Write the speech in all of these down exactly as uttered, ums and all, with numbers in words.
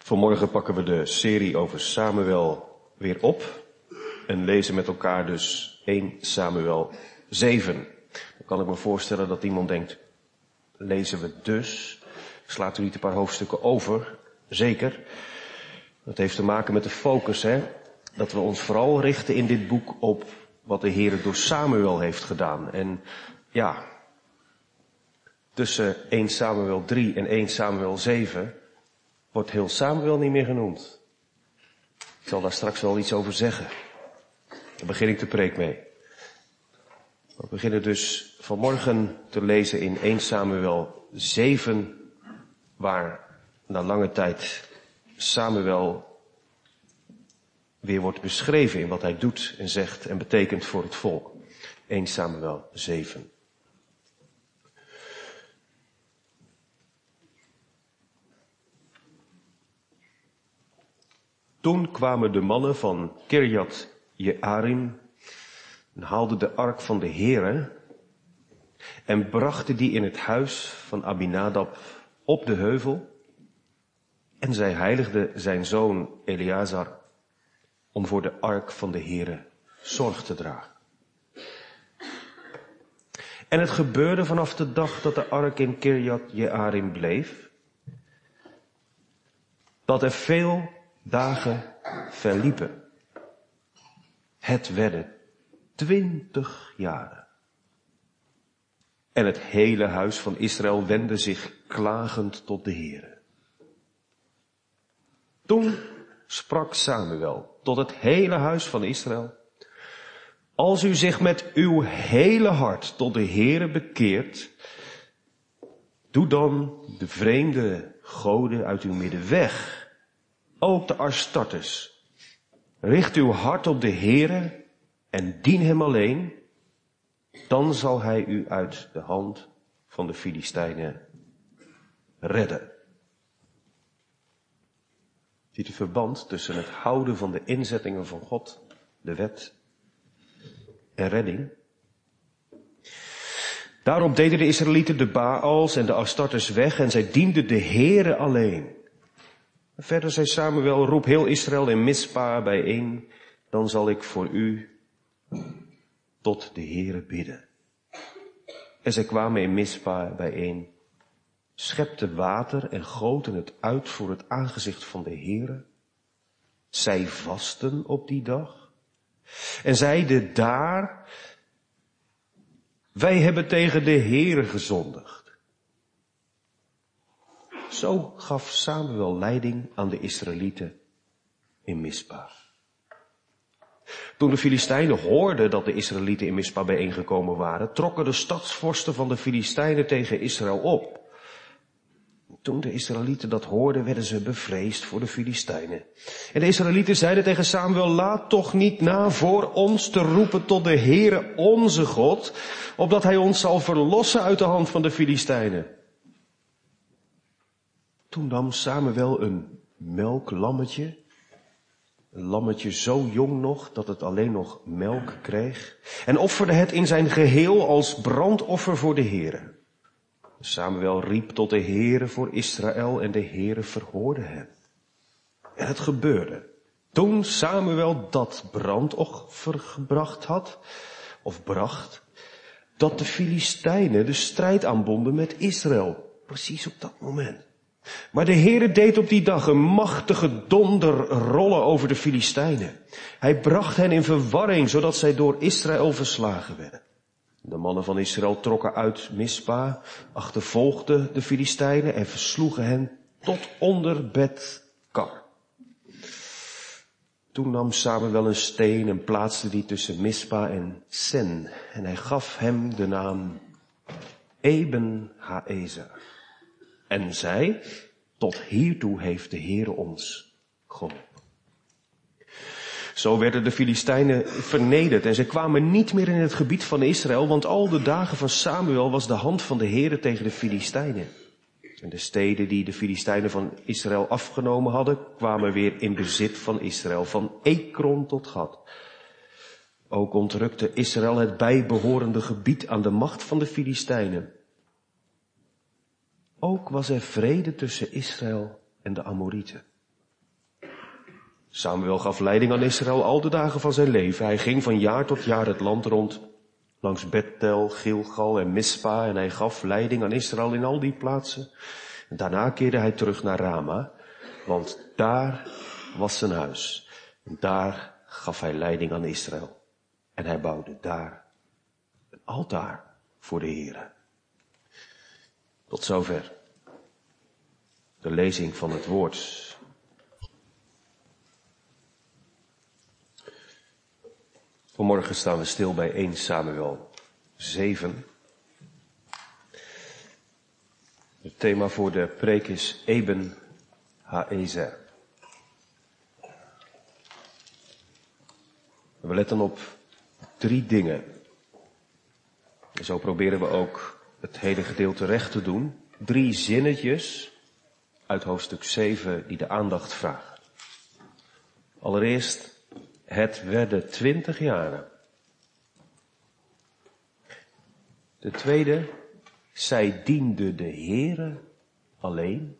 Vanmorgen pakken we de serie over Samuel weer op en lezen met elkaar dus eerste Samuel zeven. Dan kan ik me voorstellen dat iemand denkt, lezen we dus? Slaat u niet een paar hoofdstukken over? Zeker. Dat heeft te maken met de focus, hè? Dat we ons vooral richten in dit boek op wat de Heer door Samuel heeft gedaan. En ja, tussen eerste Samuel drie en eerste Samuel zeven wordt heel Samuel niet meer genoemd. Ik zal daar straks wel iets over zeggen. Daar begin ik de preek mee. We beginnen dus vanmorgen te lezen in eerste Samuel zeven, waar na lange tijd Samuel weer wordt beschreven in wat hij doet en zegt en betekent voor het volk. eerste Samuel zeven. Toen kwamen de mannen van Kirjat Jearim en haalden de ark van de Heere en brachten die in het huis van Abinadab op de heuvel. En zij heiligde zijn zoon Eleazar om voor de ark van de Heere zorg te dragen. En het gebeurde vanaf de dag dat de ark in Kirjat Jearim bleef, dat er veel dagen verliepen. Het werden twintig jaren. En het hele huis van Israël wendde zich klagend tot de Heere. Toen sprak Samuel tot het hele huis van Israël: als u zich met uw hele hart tot de Heere bekeert, doe dan de vreemde goden uit uw midden weg. Ook de Astartes. Richt uw hart op de Heere en dien hem alleen. Dan zal hij u uit de hand van de Filistijnen redden. Ziet u verband tussen het houden van de inzettingen van God, de wet en redding? Daarop deden de Israëlieten de Baals en de Astartes weg en zij dienden de Heere alleen. Verder zei Samuel: roep heel Israël in Mispa bijeen, dan zal ik voor u tot de Heere bidden. En zij kwamen in Mispa bijeen, schepten water en goten het uit voor het aangezicht van de Heere. Zij vasten op die dag en zeiden daar: wij hebben tegen de Heere gezondigd. Zo gaf Samuel leiding aan de Israëlieten in Mispa. Toen de Filistijnen hoorden dat de Israëlieten in Mispa bijeengekomen waren, trokken de stadsvorsten van de Filistijnen tegen Israël op. Toen de Israëlieten dat hoorden, werden ze bevreesd voor de Filistijnen. En de Israëlieten zeiden tegen Samuel: laat toch niet na voor ons te roepen tot de Heere onze God, opdat hij ons zal verlossen uit de hand van de Filistijnen. Toen nam Samuel een melklammetje, een lammetje zo jong nog dat het alleen nog melk kreeg, en offerde het in zijn geheel als brandoffer voor de Heere. Samuel riep tot de Heere voor Israël en de Heere verhoorde hem. En het gebeurde, toen Samuel dat brandoffer gebracht had, of bracht, dat de Filistijnen de strijd aanbonden met Israël. Precies op dat moment. Maar de Heere deed op die dag een machtige donder rollen over de Filistijnen. Hij bracht hen in verwarring, zodat zij door Israël verslagen werden. De mannen van Israël trokken uit Mispa, achtervolgden de Filistijnen en versloegen hen tot onder Bet-kar. Toen nam Samuel een steen en plaatste die tussen Mispa en Sen. En hij gaf hem de naam Eben-Haezer. En zei: tot hiertoe heeft de Heere ons geholpen. Zo werden de Filistijnen vernederd en ze kwamen niet meer in het gebied van Israël, want al de dagen van Samuel was de hand van de Heere tegen de Filistijnen. En de steden die de Filistijnen van Israël afgenomen hadden, kwamen weer in bezit van Israël, van Ekron tot Gad. Ook ontrukte Israël het bijbehorende gebied aan de macht van de Filistijnen. Ook was er vrede tussen Israël en de Amorieten. Samuel gaf leiding aan Israël al de dagen van zijn leven. Hij ging van jaar tot jaar het land rond, langs Bethel, Gilgal en Mispa, en hij gaf leiding aan Israël in al die plaatsen. En daarna keerde hij terug naar Rama, want daar was zijn huis. En daar gaf hij leiding aan Israël. En hij bouwde daar een altaar voor de Heere. Tot zover de lezing van het woord. Vanmorgen staan we stil bij eerste Samuel zeven. Het thema voor de preek is Eben Haezer. We letten op drie dingen. En zo proberen we ook het hele gedeelte recht te doen. Drie zinnetjes uit hoofdstuk zeven die de aandacht vragen. Allereerst, het werden twintig jaren. De tweede, zij diende de Heere alleen.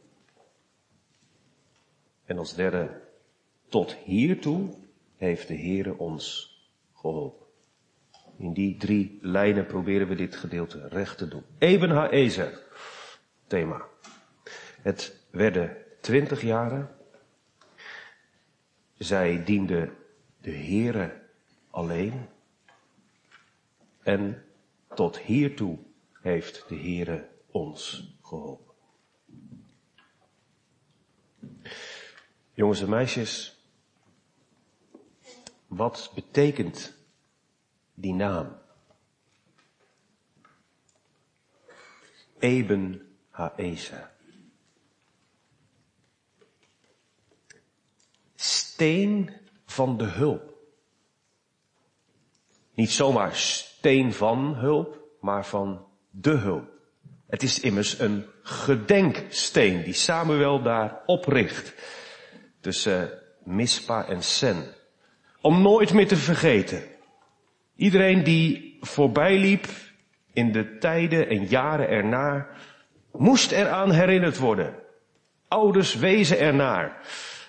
En als derde, tot hiertoe heeft de Heere ons geholpen. In die drie lijnen proberen we dit gedeelte recht te doen. Eben Haezer, thema. Het werden twintig jaren. Zij diende de Heere alleen. En tot hiertoe heeft de Heere ons geholpen. Jongens en meisjes, wat betekent die naam? Eben Haezer. Steen van de hulp. Niet zomaar steen van hulp, maar van de hulp. Het is immers een gedenksteen die Samuel daar opricht. Tussen Mispa en Sen. Om nooit meer te vergeten. Iedereen die voorbij liep in de tijden en jaren erna, moest eraan herinnerd worden. Ouders wezen ernaar.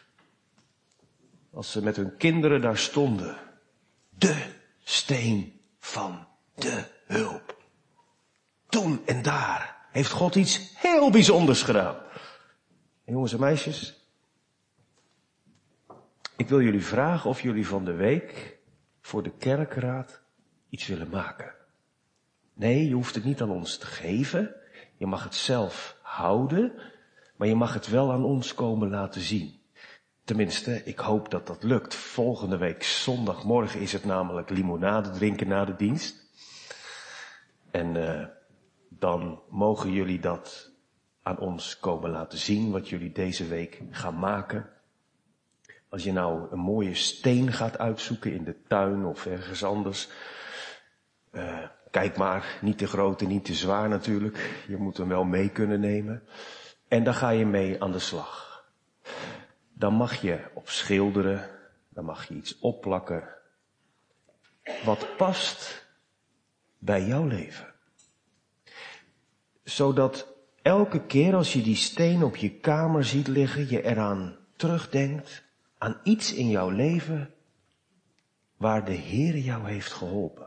Als ze met hun kinderen daar stonden. De steen van de hulp. Toen en daar heeft God iets heel bijzonders gedaan. En jongens en meisjes, ik wil jullie vragen of jullie van de week voor de kerkraad iets willen maken. Nee, je hoeft het niet aan ons te geven. Je mag het zelf houden, maar je mag het wel aan ons komen laten zien. Tenminste, ik hoop dat dat lukt. Volgende week zondagmorgen is het namelijk limonade drinken na de dienst. En uh, dan mogen jullie dat aan ons komen laten zien, wat jullie deze week gaan maken. Als je nou een mooie steen gaat uitzoeken in de tuin of ergens anders. Uh, kijk maar, niet te groot en niet te zwaar natuurlijk. Je moet hem wel mee kunnen nemen. En dan ga je mee aan de slag. Dan mag je op schilderen, dan mag je iets opplakken. Wat past bij jouw leven. Zodat elke keer als je die steen op je kamer ziet liggen, je eraan terugdenkt. Aan iets in jouw leven waar de Heer jou heeft geholpen.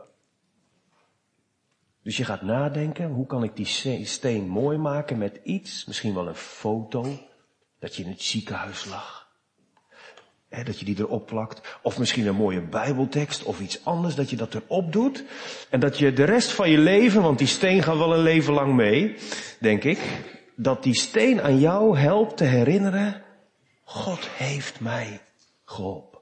Dus je gaat nadenken, hoe kan ik die steen mooi maken met iets, misschien wel een foto, dat je in het ziekenhuis lag. He, dat je die erop plakt. Of misschien een mooie bijbeltekst of iets anders, dat je dat erop doet. En dat je de rest van je leven, want die steen gaat wel een leven lang mee, denk ik. Dat die steen aan jou helpt te herinneren, God heeft mij geholpen.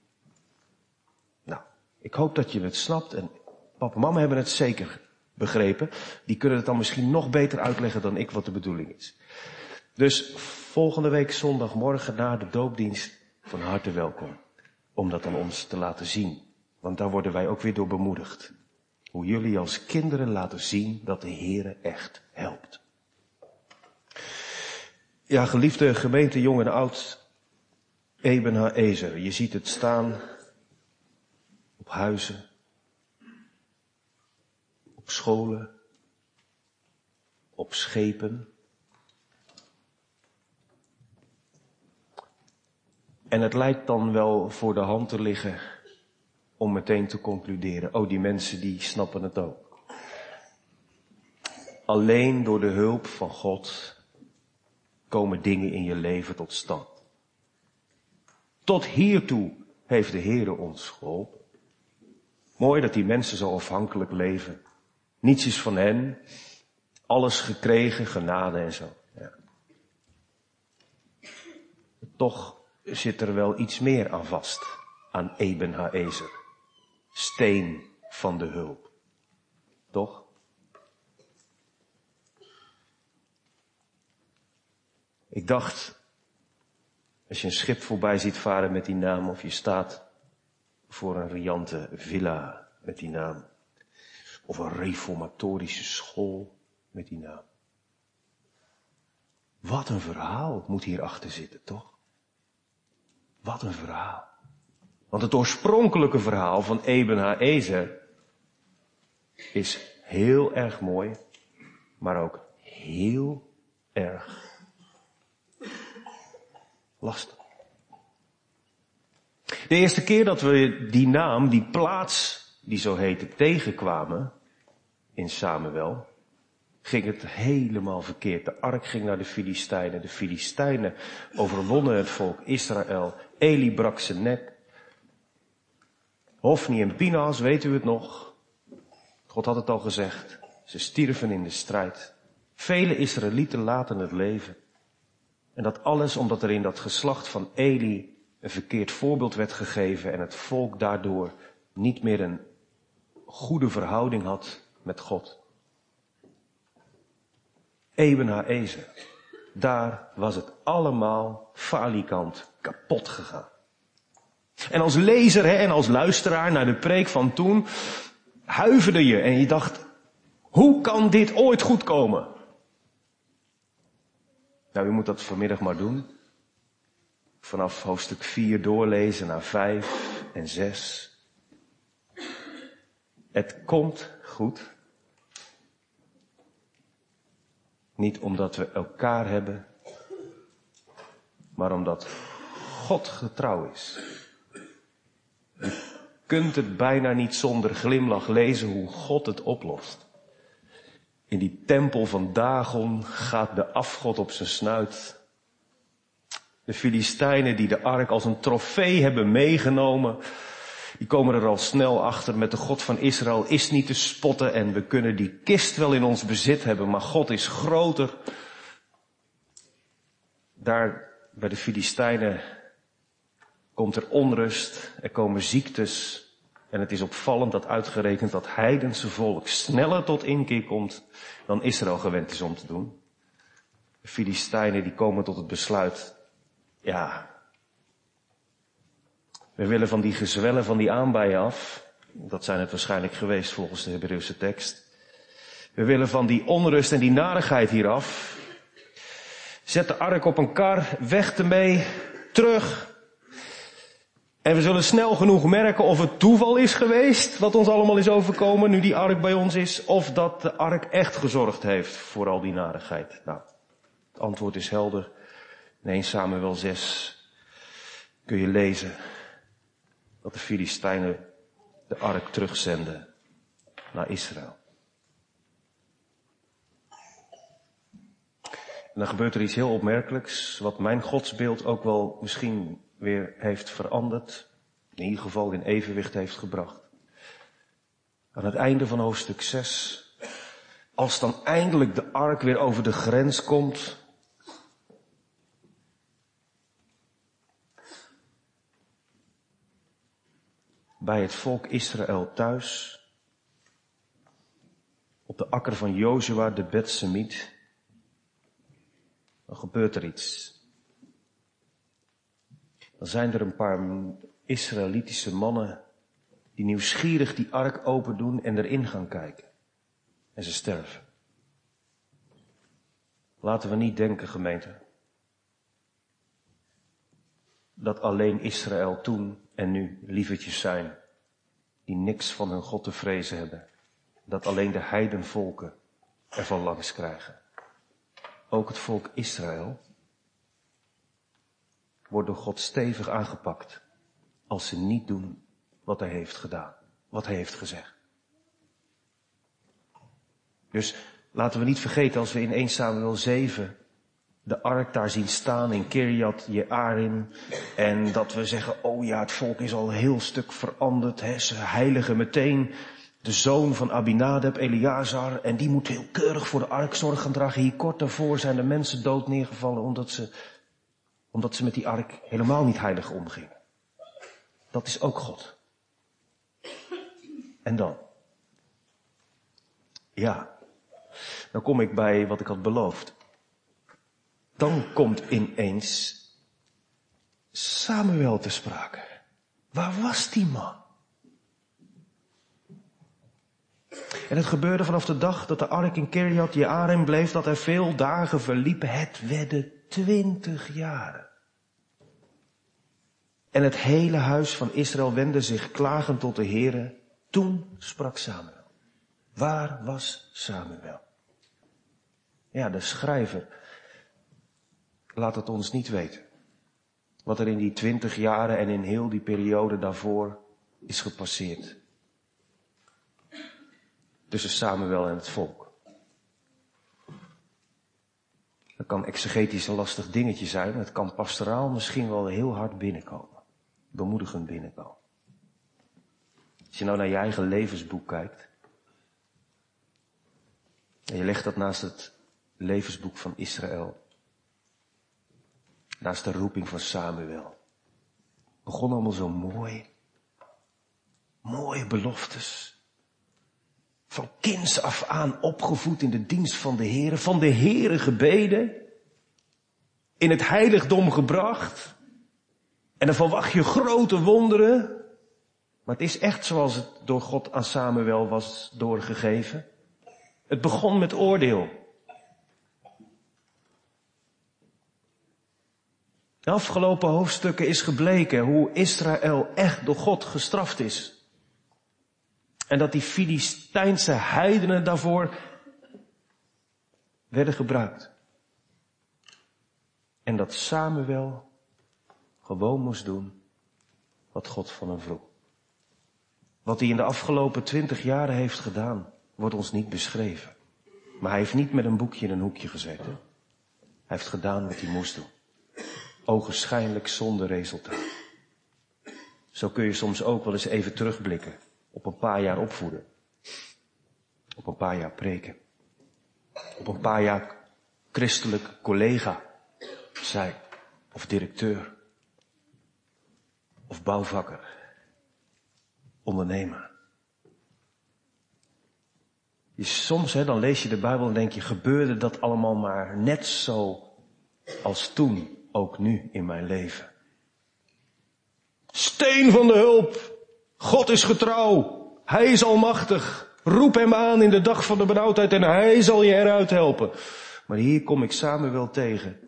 Nou, ik hoop dat je het snapt en papa en mama hebben het zeker begrepen. Die kunnen het dan misschien nog beter uitleggen dan ik wat de bedoeling is. Dus volgende week zondagmorgen na de doopdienst van harte welkom. Om dat aan ons te laten zien. Want daar worden wij ook weer door bemoedigd. Hoe jullie als kinderen laten zien dat de Heere echt helpt. Ja, geliefde gemeente, jong en oud. Eben Haezer. Je ziet het staan op huizen. Op scholen. Op schepen. En het lijkt dan wel voor de hand te liggen om meteen te concluderen, oh, die mensen die snappen het ook. Alleen door de hulp van God komen dingen in je leven tot stand. Tot hiertoe heeft de Heere ons geholpen. Mooi dat die mensen zo afhankelijk leven. Niets is van hen. Alles gekregen, genade en zo. Ja. Toch zit er wel iets meer aan vast. Aan Eben Haezer. Steen van de hulp. Toch? Ik dacht, als je een schip voorbij ziet varen met die naam, of je staat voor een riante villa met die naam, of een reformatorische school met die naam. Wat een verhaal moet hierachter zitten, toch? Wat een verhaal. Want het oorspronkelijke verhaal van Eben Haezer is heel erg mooi, maar ook heel erg lastig. De eerste keer dat we die naam, die plaats, die zo heette, tegenkwamen in Samuel, ging het helemaal verkeerd. De ark ging naar de Filistijnen. De Filistijnen overwonnen het volk Israël. Eli brak zijn nek. Hofni en Pinhas, weet u het nog? God had het al gezegd. Ze stierven in de strijd. Vele Israëlieten laten het leven. En dat alles omdat er in dat geslacht van Eli een verkeerd voorbeeld werd gegeven en het volk daardoor niet meer een goede verhouding had met God. Eben Haezer, daar was het allemaal falikant kapot gegaan. En als lezer hè, en als luisteraar naar de preek van toen, huiverde je en je dacht, hoe kan dit ooit goed komen? Nou, u moet dat vanmiddag maar doen. Vanaf hoofdstuk vier doorlezen naar vijf en zes. Het komt goed. Niet omdat we elkaar hebben, maar omdat God getrouw is. Je kunt het bijna niet zonder glimlach lezen hoe God het oplost. In die tempel van Dagon gaat de afgod op zijn snuit. De Filistijnen die de ark als een trofee hebben meegenomen, die komen er al snel achter, met de God van Israël is niet te spotten en we kunnen die kist wel in ons bezit hebben, maar God is groter. Daar bij de Filistijnen komt er onrust, er komen ziektes en het is opvallend dat uitgerekend dat heidense volk sneller tot inkeer komt dan Israël gewend is om te doen. De Filistijnen die komen tot het besluit, ja, we willen van die gezwellen van die aanbijen af. Dat zijn het waarschijnlijk geweest volgens de Hebreeuwse tekst. We willen van die onrust en die narigheid hier af. Zet de ark op een kar, weg ermee, terug. En we zullen snel genoeg merken of het toeval is geweest wat ons allemaal is overkomen nu die ark bij ons is. Of dat de ark echt gezorgd heeft voor al die narigheid. Nou, het antwoord is helder. In Eerste Samuel zes kun je lezen dat de Filistijnen de ark terugzenden naar Israël. En dan gebeurt er iets heel opmerkelijks, wat mijn godsbeeld ook wel misschien weer heeft veranderd, in ieder geval in evenwicht heeft gebracht. Aan het einde van hoofdstuk zes, als dan eindelijk de ark weer over de grens komt, bij het volk Israël thuis, op de akker van Jozua de Betsemiet, dan gebeurt er iets. Dan zijn er een paar Israëlitische mannen die nieuwsgierig die ark open doen en erin gaan kijken. En ze sterven. Laten we niet denken, gemeente, dat alleen Israël toen en nu lievertjes zijn die niks van hun God te vrezen hebben. Dat alleen de heidenvolken ervan langs krijgen. Ook het volk Israël wordt door God stevig aangepakt als ze niet doen wat hij heeft gedaan, wat hij heeft gezegd. Dus laten we niet vergeten, als we in eerste Samuel zeven de ark daar zien staan in Kirjat Jearim, en dat we zeggen, oh ja, het volk is al een heel stuk veranderd, hè, ze heiligen meteen de zoon van Abinadab, Eleazar, en die moet heel keurig voor de ark zorg gaan dragen. Hier kort daarvoor zijn de mensen dood neergevallen omdat ze, omdat ze met die ark helemaal niet heilig omgingen. Dat is ook God. En dan? Ja, dan kom ik bij wat ik had beloofd. Dan komt ineens Samuel te sprake. Waar was die man? En het gebeurde vanaf de dag dat de ark in Kirjat Jearim bleef, dat er veel dagen verliepen. Het werden twintig jaren. En het hele huis van Israël wendde zich klagend tot de Heere. Toen sprak Samuel. Waar was Samuel? Ja, de schrijver laat het ons niet weten. Wat er in die twintig jaren en in heel die periode daarvoor is gepasseerd. Tussen Samuel en het volk. Dat kan exegetisch een lastig dingetje zijn. Het kan pastoraal misschien wel heel hard binnenkomen. Bemoedigend binnenkomen. Als je nou naar je eigen levensboek kijkt. En je legt dat naast het levensboek van Israël. Naast de roeping van Samuel. Het begon allemaal zo mooi. Mooie beloftes. Van kinds af aan opgevoed in de dienst van de Heere. Van de Heere gebeden. In het heiligdom gebracht. En dan verwacht je grote wonderen. Maar het is echt zoals het door God aan Samuel was doorgegeven. Het begon met oordeel. De afgelopen hoofdstukken is gebleken hoe Israël echt door God gestraft is. En dat die Filistijnse heidenen daarvoor werden gebruikt. En dat Samuel gewoon moest doen wat God van hem vroeg. Wat hij in de afgelopen twintig jaren heeft gedaan, wordt ons niet beschreven. Maar hij heeft niet met een boekje in een hoekje gezeten. Hij heeft gedaan wat hij moest doen. Ogenschijnlijk zonder resultaat. Zo kun je soms ook wel eens even terugblikken op een paar jaar opvoeden. Op een paar jaar preken. Op een paar jaar christelijk collega zijn. Of directeur. Of bouwvakker. Ondernemer. Je, soms, hè, dan lees je de Bijbel en denk je, gebeurde dat allemaal maar net zo als toen, ook nu in mijn leven. Steen van de hulp. God is getrouw. Hij is almachtig. Roep hem aan in de dag van de benauwdheid en hij zal je eruit helpen. Maar hier kom ik Samuel tegen.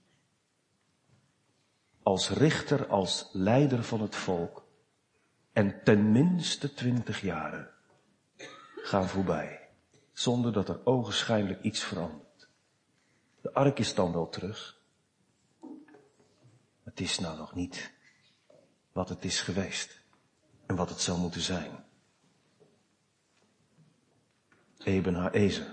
Als richter, als leider van het volk. En tenminste twintig jaren gaan voorbij. Zonder dat er ogenschijnlijk iets verandert. De ark is dan wel terug. Het is nou nog niet wat het is geweest. En wat het zou moeten zijn. Eben Haezer.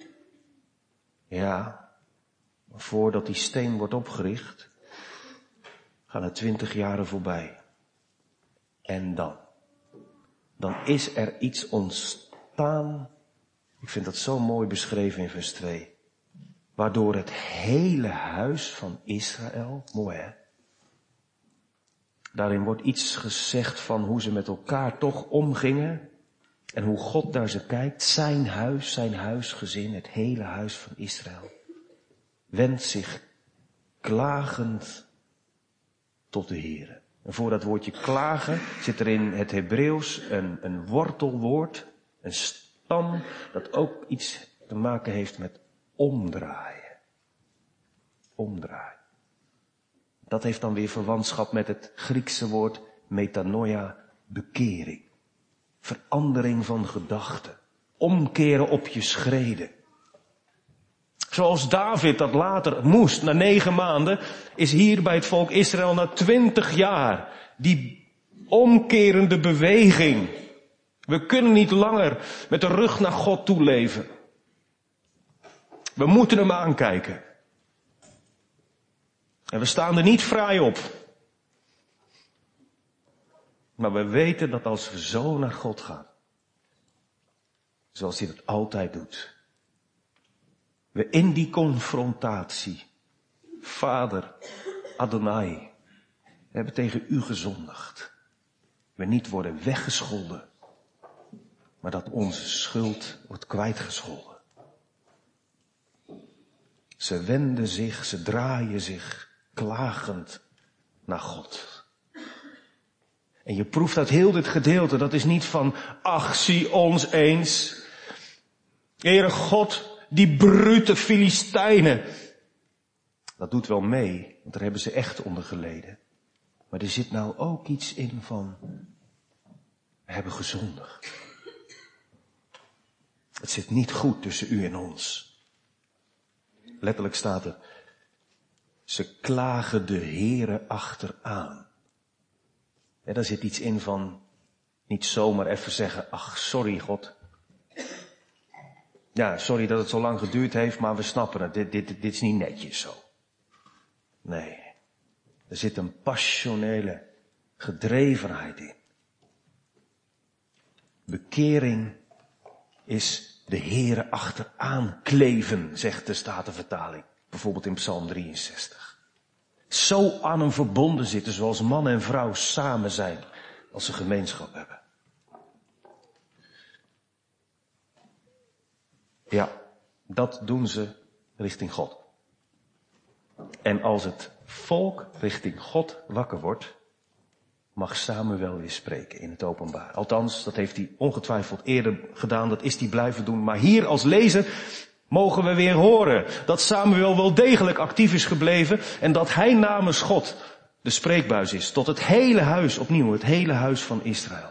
Ja, maar voordat die steen wordt opgericht, gaan er twintig jaren voorbij. En dan? Dan is er iets ontstaan. Ik vind dat zo mooi beschreven in vers twee. Waardoor het hele huis van Israël, mooi hè. Daarin wordt iets gezegd van hoe ze met elkaar toch omgingen. En hoe God naar ze kijkt. Zijn huis, zijn huisgezin, het hele huis van Israël. Wendt zich klagend tot de Heere. En voor dat woordje klagen zit er in het Hebreeuws een, een wortelwoord. Een stam dat ook iets te maken heeft met omdraaien. Omdraaien. Dat heeft dan weer verwantschap met het Griekse woord metanoia, bekering. Verandering van gedachten. Omkeren op je schreden. Zoals David dat later moest, na negen maanden, is hier bij het volk Israël na twintig jaar die omkerende beweging. We kunnen niet langer met de rug naar God toe leven. We moeten hem aankijken. En we staan er niet vrij op. Maar we weten dat als we zo naar God gaan, zoals hij dat altijd doet, we in die confrontatie, Vader, Adonai, we hebben tegen u gezondigd. We niet worden weggescholden, maar dat onze schuld wordt kwijtgescholden. Ze wenden zich, ze draaien zich klagend naar God. En je proeft uit heel dit gedeelte, dat is niet van, ach, zie ons eens. Heere God, die brute Filistijnen. Dat doet wel mee, want daar hebben ze echt onder geleden. Maar er zit nou ook iets in van, we hebben gezondigd. Het zit niet goed tussen u en ons. Letterlijk staat er, ze klagen de Heere achteraan. Ja, daar zit iets in van, niet zomaar even zeggen, ach, sorry God. Ja, sorry dat het zo lang geduurd heeft, maar we snappen het, dit, dit, dit is niet netjes zo. Nee, er zit een passionele gedrevenheid in. Bekering is de Heere achteraan kleven, zegt de Statenvertaling. Bijvoorbeeld in Psalm drieënzestig. Zo aan hem verbonden zitten zoals man en vrouw samen zijn als ze gemeenschap hebben. Ja, dat doen ze richting God. En als het volk richting God wakker wordt, mag Samuel weer spreken in het openbaar. Althans, dat heeft hij ongetwijfeld eerder gedaan, dat is hij blijven doen. Maar hier als lezer mogen we weer horen dat Samuel wel degelijk actief is gebleven en dat hij namens God de spreekbuis is tot het hele huis, opnieuw het hele huis van Israël.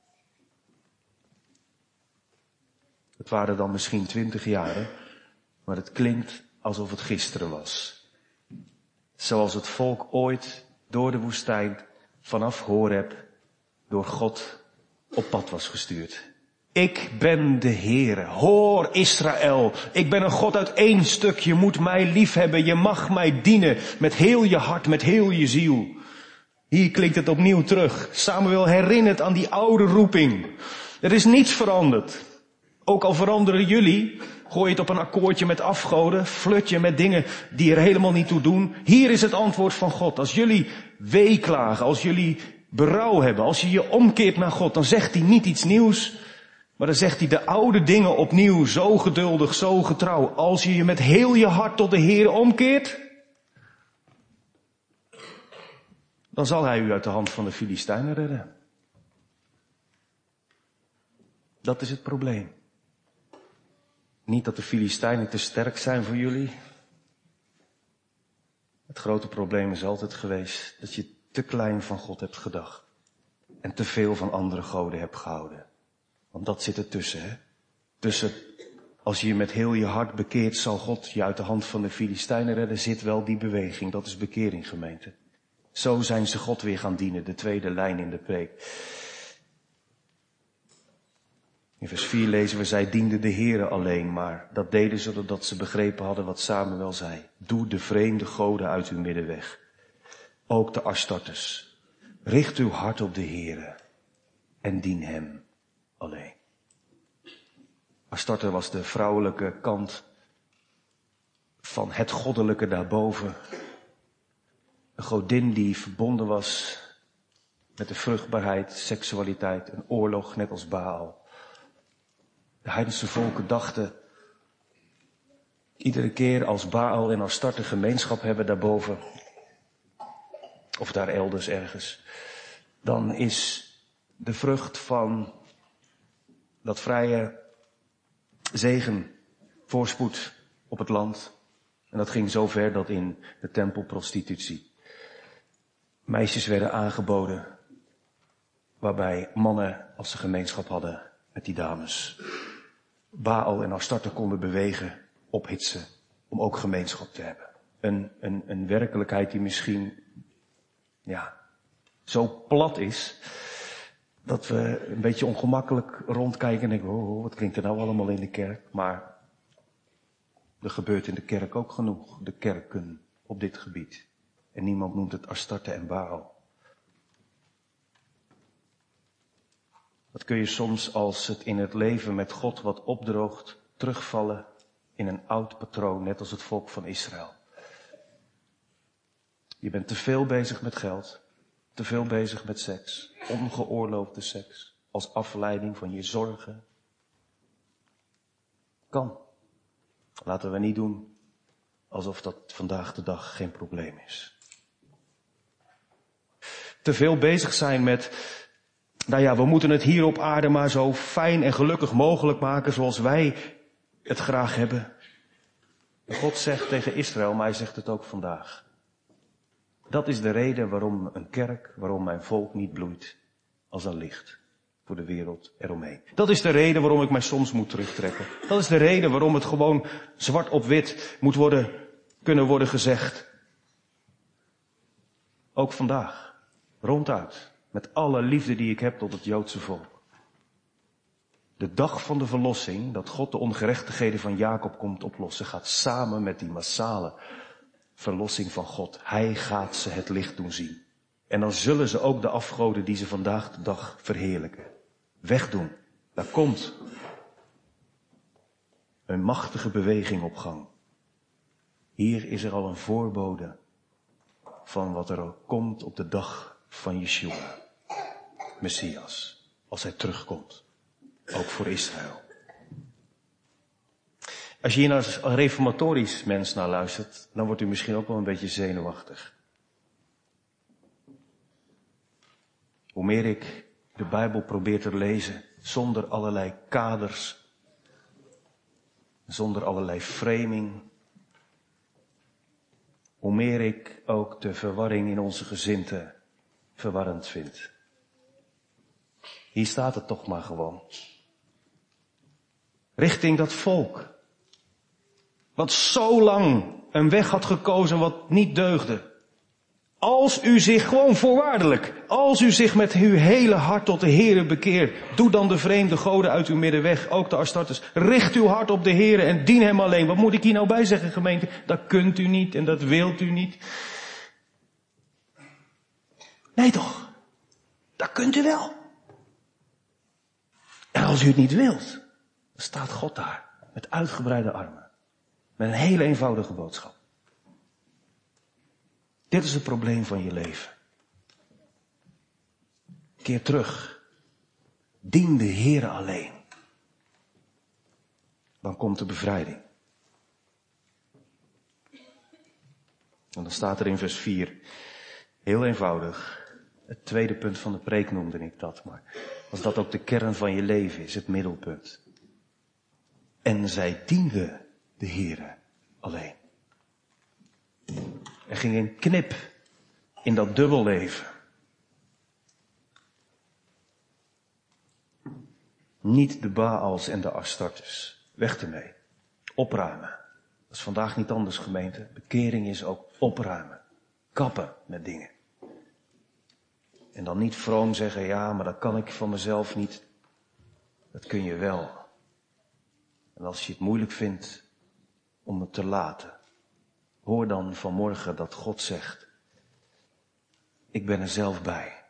Het waren dan misschien twintig jaren, maar het klinkt alsof het gisteren was. Zoals het volk ooit door de woestijn vanaf Horeb door God op pad was gestuurd. Ik ben de Heere. Hoor Israël. Ik ben een God uit één stuk. Je moet mij liefhebben. Je mag mij dienen met heel je hart, met heel je ziel. Hier klinkt het opnieuw terug. Samuel herinnert aan die oude roeping. Er is niets veranderd. Ook al veranderen jullie, gooi je het op een akkoordje met afgoden, flut je met dingen die er helemaal niet toe doen. Hier is het antwoord van God. Als jullie weeklagen, als jullie berouw hebben, als je je omkeert naar God, dan zegt hij niet iets nieuws, maar dan zegt hij de oude dingen opnieuw, zo geduldig, zo getrouw. Als je je met heel je hart tot de Heer omkeert, dan zal hij u uit de hand van de Filistijnen redden. Dat is het probleem. Niet dat de Filistijnen te sterk zijn voor jullie. Het grote probleem is altijd geweest dat je te klein van God hebt gedacht. En te veel van andere goden hebt gehouden. Want dat zit ertussen, hè. Tussen, als je je met heel je hart bekeert, zal God je uit de hand van de Filistijnen redden, zit wel die beweging. Dat is bekering, gemeente. Zo zijn ze God weer gaan dienen, de tweede lijn in de preek. In vers vier lezen we, zij dienden de Heere alleen, maar dat deden ze doordat ze begrepen hadden wat Samuel zei. Doe de vreemde goden uit uw midden weg. Ook de Astartes. Richt uw hart op de Heere en dien hem alleen. Astarte was de vrouwelijke kant van het goddelijke daarboven. Een godin die verbonden was met de vruchtbaarheid, seksualiteit, een oorlog, net als Baal. De heidense volken dachten, iedere keer als Baal en Astarte gemeenschap hebben daarboven, of daar elders ergens, dan is de vrucht van dat vrije zegen, voorspoed op het land. En dat ging zo ver dat in de tempel prostitutie meisjes werden aangeboden, waarbij mannen, als ze gemeenschap hadden met die dames, Baal en Astarte konden bewegen, ophitsen om ook gemeenschap te hebben. Een, een, een werkelijkheid die misschien, ja, zo plat is, dat we een beetje ongemakkelijk rondkijken en denken, oh, wat klinkt er nou allemaal in de kerk? Maar er gebeurt in de kerk ook genoeg, de kerken op dit gebied. En niemand noemt het Astarte en Baal. Dat kun je soms, als het in het leven met God wat opdroogt, terugvallen in een oud patroon, net als het volk van Israël. Je bent te veel bezig met geld, te veel bezig met seks, ongeoorloofde seks, als afleiding van je zorgen. Kan. Laten we niet doen alsof dat vandaag de dag geen probleem is. Te veel bezig zijn met, nou ja, we moeten het hier op aarde maar zo fijn en gelukkig mogelijk maken zoals wij het graag hebben. God zegt tegen Israël, maar hij zegt het ook vandaag. Dat is de reden waarom een kerk, waarom mijn volk niet bloeit als een licht voor de wereld eromheen. Dat is de reden waarom ik mij soms moet terugtrekken. Dat is de reden waarom het gewoon zwart op wit moet worden, kunnen worden gezegd. Ook vandaag, ronduit, met alle liefde die ik heb tot het Joodse volk. De dag van de verlossing, dat God de ongerechtigheden van Jacob komt oplossen, gaat samen met die massale verlossing van God. Hij gaat ze het licht doen zien. En dan zullen ze ook de afgoden die ze vandaag de dag verheerlijken wegdoen. Daar komt een machtige beweging op gang. Hier is er al een voorbode van wat er ook komt op de dag van Yeshua, Messias, als hij terugkomt. Ook voor Israël. Als je hier naar een reformatorisch mens naar luistert, dan wordt u misschien ook wel een beetje zenuwachtig. Hoe meer ik de Bijbel probeer te lezen, zonder allerlei kaders, zonder allerlei framing, hoe meer ik ook de verwarring in onze gezindte verwarrend vind. Hier staat het toch maar gewoon. Richting dat volk, wat zo lang een weg had gekozen wat niet deugde. Als u zich gewoon voorwaardelijk, als u zich met uw hele hart tot de Heere bekeert, doe dan de vreemde goden uit uw midden weg, ook de Astartes. Richt uw hart op de Heere en dien hem alleen. Wat moet ik hier nou bij zeggen, gemeente? Dat kunt u niet en dat wilt u niet. Nee toch? Dat kunt u wel. En als u het niet wilt, dan staat God daar met uitgebreide armen. Met een hele eenvoudige boodschap. Dit is het probleem van je leven. Keer terug. Dien de Heere alleen. Dan komt de bevrijding. En dan staat er in vers vier, heel eenvoudig, het tweede punt van de preek noemde ik dat, maar als dat ook de kern van je leven is, het middelpunt. En zij dienden de Heere alleen. Er ging een knip in dat dubbelleven. Niet de Baals en de Astartes. Weg ermee. Opruimen. Dat is vandaag niet anders, gemeente. Bekering is ook opruimen. Kappen met dingen. En dan niet vroom zeggen, ja, maar dat kan ik van mezelf niet. Dat kun je wel. En als je het moeilijk vindt om het te laten, hoor dan vanmorgen dat God zegt, ik ben er zelf bij.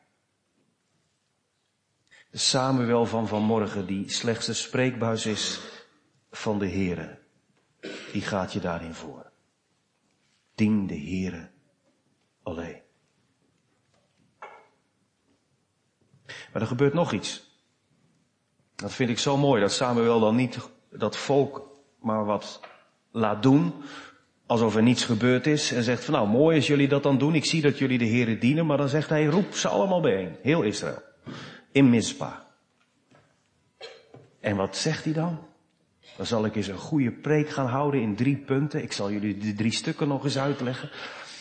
De Samuel van vanmorgen, die slechts de spreekbuis is van de Heere, die gaat je daarin voor. Dien de Heere alleen. Maar er gebeurt nog iets. Dat vind ik zo mooi, dat Samuel dan niet dat volk maar wat laat doen, alsof er niets gebeurd is, en zegt van nou, mooi als jullie dat dan doen, ik zie dat jullie de Heere dienen, maar dan zegt hij, roep ze allemaal bijeen, heel Israël, in Mispa. En wat zegt hij dan? Dan zal ik eens een goede preek gaan houden in drie punten. Ik zal jullie de drie stukken nog eens uitleggen.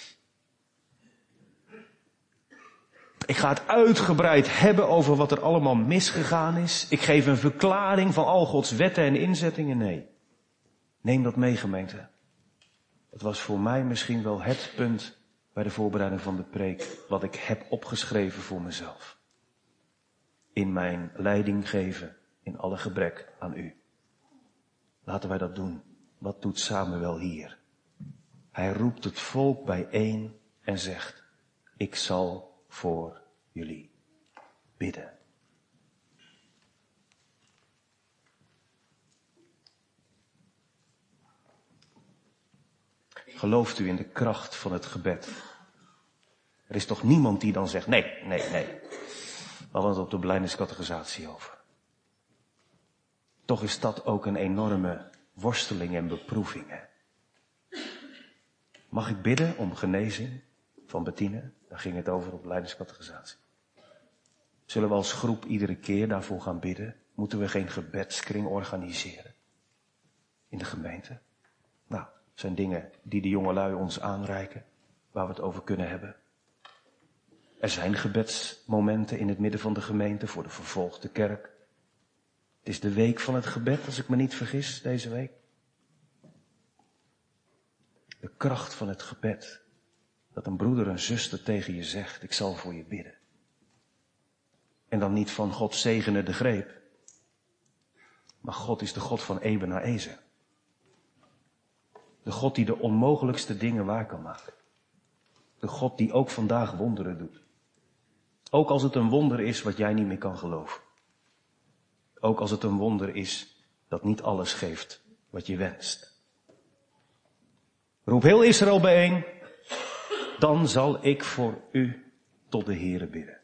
Ik ga het uitgebreid hebben over wat er allemaal misgegaan is. Ik geef een verklaring van al Gods wetten en inzettingen. Nee. Neem dat mee, gemeente. Dat was voor mij misschien wel het punt bij de voorbereiding van de preek, wat ik heb opgeschreven voor mezelf. In mijn leiding geven, in alle gebrek aan u. Laten wij dat doen. Wat doet Samuel hier? Hij roept het volk bijeen en zegt, ik zal voor jullie bidden. Gelooft u in de kracht van het gebed? Er is toch niemand die dan zegt, nee, nee, nee. We hadden het op de belijdeniscategorisatie over. Toch is dat ook een enorme worsteling en beproeving. Hè? Mag ik bidden om genezing van Bettine? Daar ging het over op de belijdeniscategorisatie. Zullen we als groep iedere keer daarvoor gaan bidden? Moeten we geen gebedskring organiseren? In de gemeente? Nou, dat zijn dingen die de jongelui ons aanreiken, waar we het over kunnen hebben. Er zijn gebedsmomenten in het midden van de gemeente voor de vervolgde kerk. Het is de week van het gebed, als ik me niet vergis, deze week. De kracht van het gebed. Dat een broeder, een zuster tegen je zegt, ik zal voor je bidden. En dan niet van God zegene de greep. Maar God is de God van Ebenezer Ezer. De God die de onmogelijkste dingen waar kan maken. De God die ook vandaag wonderen doet. Ook als het een wonder is wat jij niet meer kan geloven. Ook als het een wonder is dat niet alles geeft wat je wenst. Roep heel Israël bijeen, dan zal ik voor u tot de Heere bidden.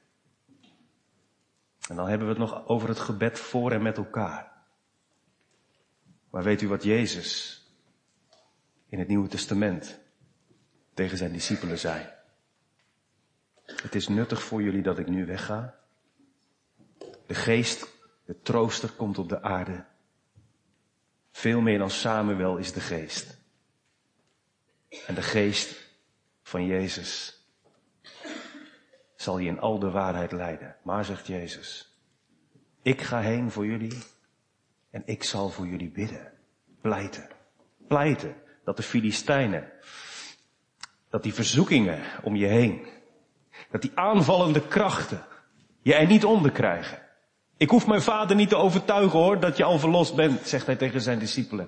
En dan hebben we het nog over het gebed voor en met elkaar. Maar weet u wat Jezus in het Nieuwe Testament tegen zijn discipelen zei? Het is nuttig voor jullie dat ik nu wegga. De geest, de trooster komt op de aarde. Veel meer dan Samuel is de geest. En de geest van Jezus zal je in al de waarheid leiden. Maar, zegt Jezus, ik ga heen voor jullie en ik zal voor jullie bidden. Pleiten. Pleiten dat de Filistijnen, dat die verzoekingen om je heen, dat die aanvallende krachten je er niet onder krijgen. Ik hoef mijn vader niet te overtuigen hoor, dat je al verlost bent, zegt hij tegen zijn discipelen.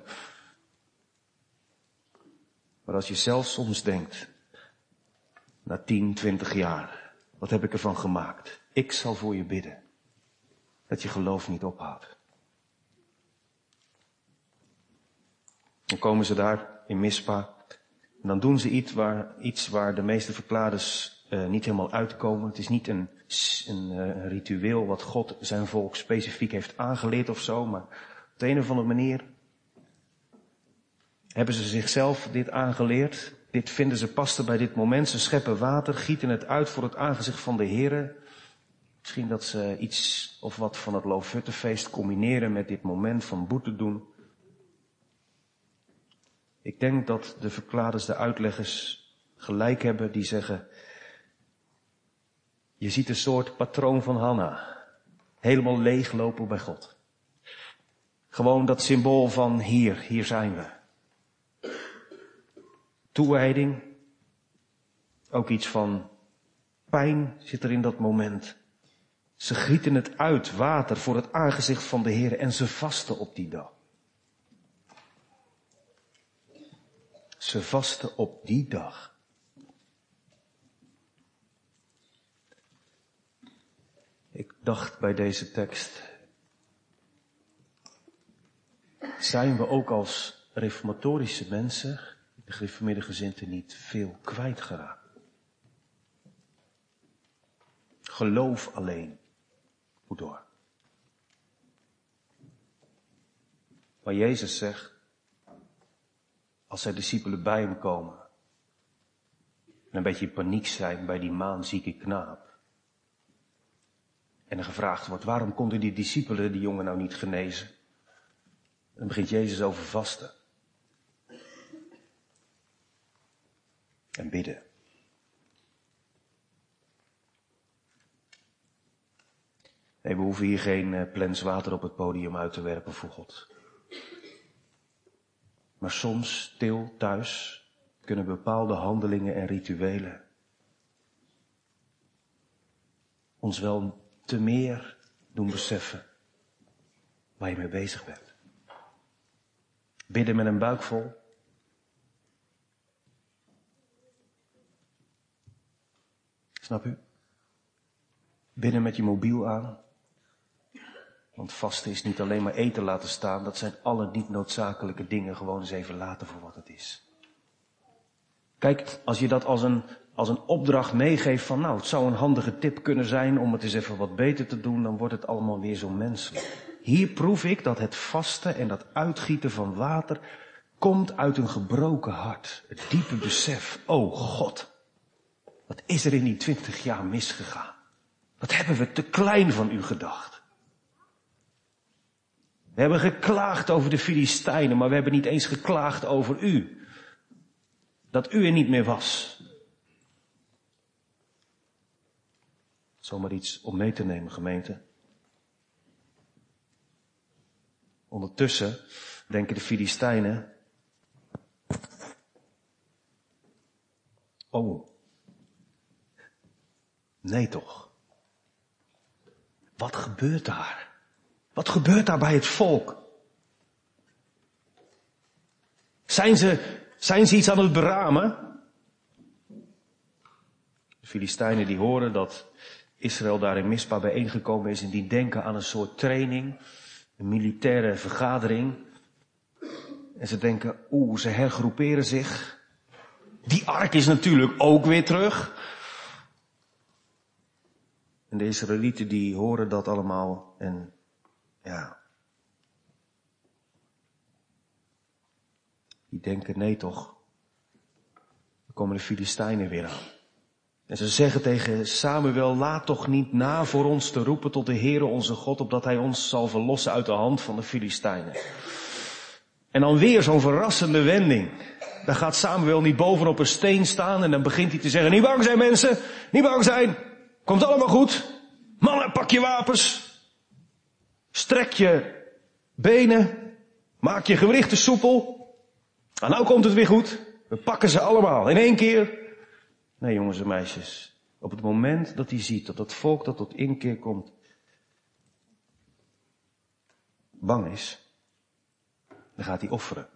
Maar als je zelf soms denkt, na tien, twintig jaar, wat heb ik ervan gemaakt? Ik zal voor je bidden, dat je geloof niet ophoudt. Dan komen ze daar in Mispa en dan doen ze iets waar, iets waar de meeste verklaarders uh, niet helemaal uitkomen. Het is niet een, een, een ritueel wat God zijn volk specifiek heeft aangeleerd of zo, maar op de een of andere manier hebben ze zichzelf dit aangeleerd. Dit vinden ze paste bij dit moment. Ze scheppen water, gieten het uit voor het aangezicht van de Here. Misschien dat ze iets of wat van het Loofhuttenfeest combineren met dit moment van boete doen. Ik denk dat de verklaarders, de uitleggers gelijk hebben die zeggen, je ziet een soort patroon van Hanna. Helemaal leeglopen bij God. Gewoon dat symbool van hier, hier zijn we. Toewijding. Ook iets van pijn zit er in dat moment. Ze gieten het uit, water, voor het aangezicht van de Heer en ze vasten op die dag. Ze vasten op die dag. Ik dacht bij deze tekst, zijn we ook als reformatorische mensen, de gereformeerde gezinten, niet veel kwijtgeraakt? Geloof alleen moet door. Maar Jezus zegt, als zijn discipelen bij hem komen en een beetje in paniek zijn bij die maanzieke knaap, en er gevraagd wordt, waarom konden die discipelen die jongen nou niet genezen? Dan begint Jezus over vasten. En bidden. Nee, we hoeven hier geen uh, plens water op het podium uit te werpen voor God. Maar soms stil thuis kunnen bepaalde handelingen en rituelen ons wel te meer doen beseffen waar je mee bezig bent. Bidden met een buik vol. Snap u? Bidden met je mobiel aan. Want vasten is niet alleen maar eten laten staan. Dat zijn alle niet noodzakelijke dingen gewoon eens even laten voor wat het is. Kijk, als je dat als een, als een opdracht meegeeft van nou, het zou een handige tip kunnen zijn om het eens even wat beter te doen, dan wordt het allemaal weer zo menselijk. Hier proef ik dat het vasten en dat uitgieten van water komt uit een gebroken hart. Het diepe besef, oh God, wat is er in die twintig jaar misgegaan? Wat hebben we te klein van u gedacht? We hebben geklaagd over de Filistijnen, maar we hebben niet eens geklaagd over u. Dat u er niet meer was. Zomaar iets om mee te nemen, gemeente. Ondertussen denken de Filistijnen, oh, nee toch. Wat gebeurt daar? Wat gebeurt daar bij het volk? Zijn ze, zijn ze iets aan het beramen? De Filistijnen die horen dat Israël daar in Mispa bijeengekomen is en die denken aan een soort training, een militaire vergadering. En ze denken, oeh, ze hergroeperen zich. Die ark is natuurlijk ook weer terug. En de Israëlieten die horen dat allemaal en ja, die denken, nee toch, dan komen de Filistijnen weer aan. En ze zeggen tegen Samuel, laat toch niet na voor ons te roepen tot de Heere onze God, opdat hij ons zal verlossen uit de hand van de Filistijnen. En dan weer zo'n verrassende wending. Dan gaat Samuel niet bovenop een steen staan en dan begint hij te zeggen, niet bang zijn mensen, niet bang zijn, komt allemaal goed. Mannen, pak je wapens. Strek je benen. Maak je gewrichten soepel. En nou komt het weer goed. We pakken ze allemaal in één keer. Nee, jongens en meisjes. Op het moment dat hij ziet dat het volk dat tot inkeer komt bang is, dan gaat hij offeren.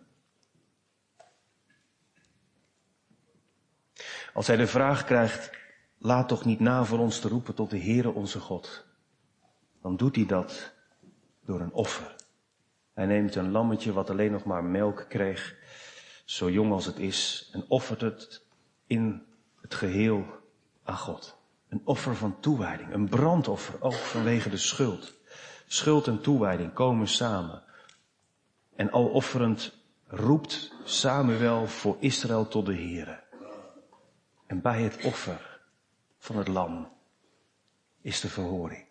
Als hij de vraag krijgt, laat toch niet na voor ons te roepen tot de Heere onze God, dan doet hij dat door een offer. Hij neemt een lammetje wat alleen nog maar melk kreeg, zo jong als het is, en offert het in het geheel aan God. Een offer van toewijding, een brandoffer, ook vanwege de schuld. Schuld en toewijding komen samen. En al offerend roept Samuel voor Israël tot de Heere. En bij het offer van het lam is de verhoring.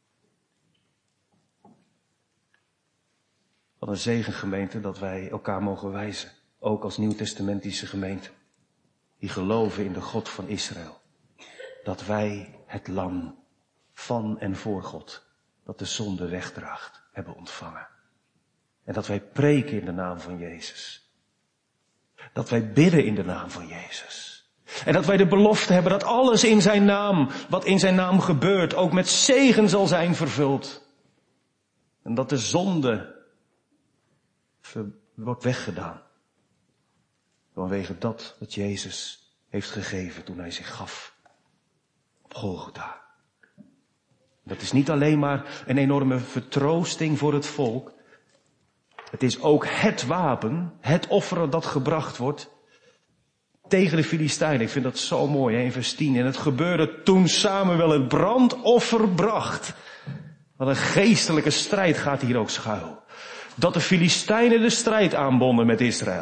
Wat een zegengemeente dat wij elkaar mogen wijzen. Ook als nieuwtestamentische gemeente. Die geloven in de God van Israël. Dat wij het lam van en voor God, dat de zonde wegdraagt, hebben ontvangen. En dat wij preken in de naam van Jezus. Dat wij bidden in de naam van Jezus. En dat wij de belofte hebben dat alles in zijn naam, wat in zijn naam gebeurt, ook met zegen zal zijn vervuld. En dat de zonde wordt weggedaan. Vanwege dat wat Jezus heeft gegeven toen hij zich gaf op Golgotha. Dat is niet alleen maar een enorme vertroosting voor het volk. Het is ook het wapen, het offer dat gebracht wordt tegen de Filistijnen. Ik vind dat zo mooi, hè, in vers tien. En het gebeurde toen Samuel het brandoffer bracht. Wat een geestelijke strijd gaat hier ook schuil. Dat de Filistijnen de strijd aanbonden met Israël.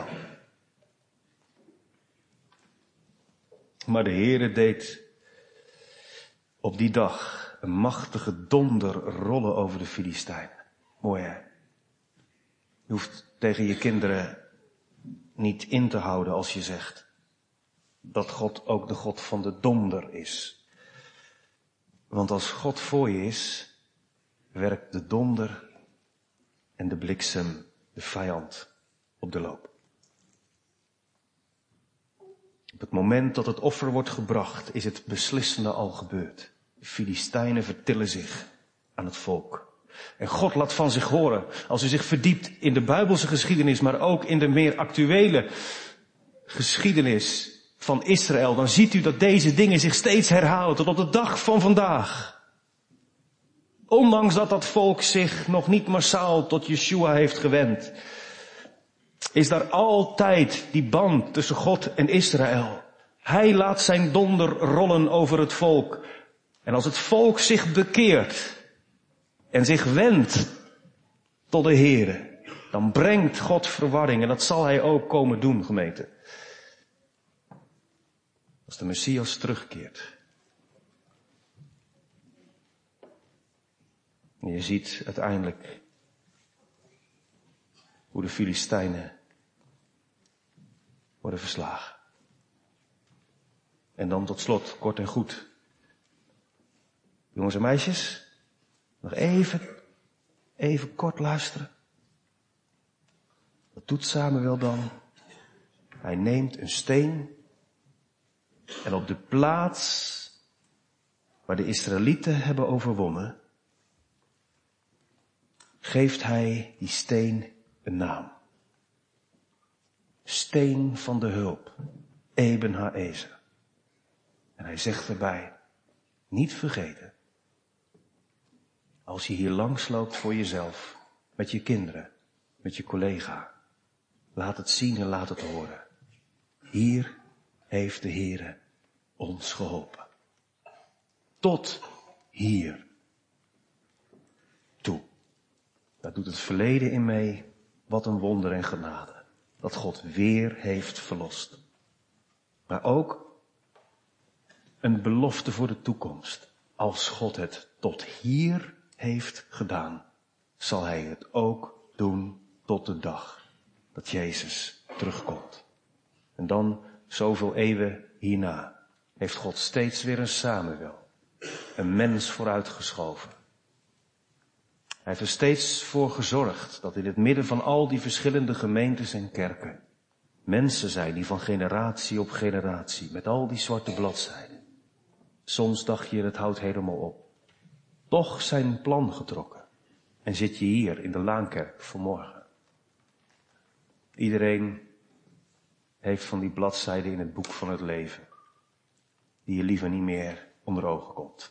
Maar de Heere deed op die dag een machtige donder rollen over de Filistijnen. Mooi hè? Je hoeft tegen je kinderen niet in te houden als je zegt dat God ook de God van de donder is. Want als God voor je is, werkt de donder en de bliksem de vijand op de loop. Op het moment dat het offer wordt gebracht, is het beslissende al gebeurd. De Filistijnen vertillen zich aan het volk. En God laat van zich horen, als u zich verdiept in de Bijbelse geschiedenis, maar ook in de meer actuele geschiedenis van Israël, dan ziet u dat deze dingen zich steeds herhalen tot op de dag van vandaag. Ondanks dat dat volk zich nog niet massaal tot Yeshua heeft gewend, is daar altijd die band tussen God en Israël. Hij laat zijn donder rollen over het volk. En als het volk zich bekeert en zich wendt tot de Heere, dan brengt God verwarring. En dat zal hij ook komen doen, gemeente. Als de Messias terugkeert. En je ziet uiteindelijk hoe de Filistijnen worden verslagen. En dan tot slot, kort en goed. Jongens en meisjes, nog even, even kort luisteren. Wat doet Samuel dan? Hij neemt een steen en op de plaats waar de Israëlieten hebben overwonnen, geeft hij die steen een naam. Steen van de hulp, Eben Haezer. En hij zegt erbij, niet vergeten, als je hier langs loopt voor jezelf, met je kinderen, met je collega, laat het zien en laat het horen. Hier heeft de Heere ons geholpen. Tot hier toe. Daar doet het verleden in mee. Wat een wonder en genade. Dat God weer heeft verlost. Maar ook een belofte voor de toekomst. Als God het tot hier heeft gedaan, zal hij het ook doen tot de dag dat Jezus terugkomt. En dan, zoveel eeuwen hierna, heeft God steeds weer een Samuel, een mens vooruitgeschoven. Hij heeft er steeds voor gezorgd dat in het midden van al die verschillende gemeentes en kerken mensen zijn die van generatie op generatie met al die zwarte bladzijden. Soms dacht je, het houdt helemaal op. Toch zijn plan getrokken en zit je hier in de Laankerk vanmorgen. Iedereen heeft van die bladzijden in het boek van het leven die je liever niet meer onder ogen komt.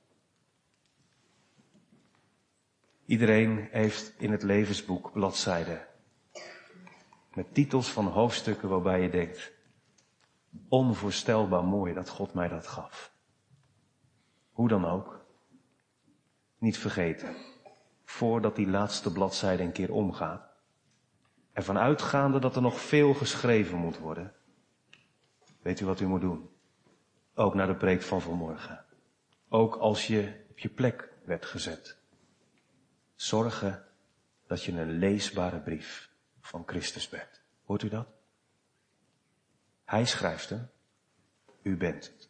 Iedereen heeft in het levensboek bladzijden met titels van hoofdstukken waarbij je denkt, onvoorstelbaar mooi dat God mij dat gaf. Hoe dan ook, niet vergeten, voordat die laatste bladzijde een keer omgaat, ervan uitgaande dat er nog veel geschreven moet worden, weet u wat u moet doen? Ook naar de preek van vanmorgen. Ook als je op je plek werd gezet. Zorgen dat je een leesbare brief van Christus bent. Hoort u dat? Hij schrijft hem. U bent het.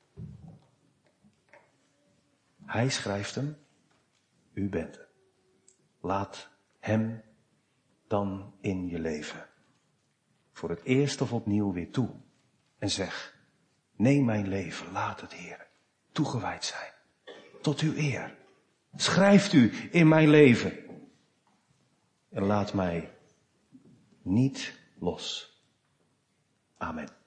Hij schrijft hem. U bent het. Laat hem dan in je leven voor het eerst of opnieuw weer toe. En zeg, neem mijn leven, laat het, Heer, toegewijd zijn. Tot uw eer. Schrijft u in mijn leven. En laat mij niet los. Amen.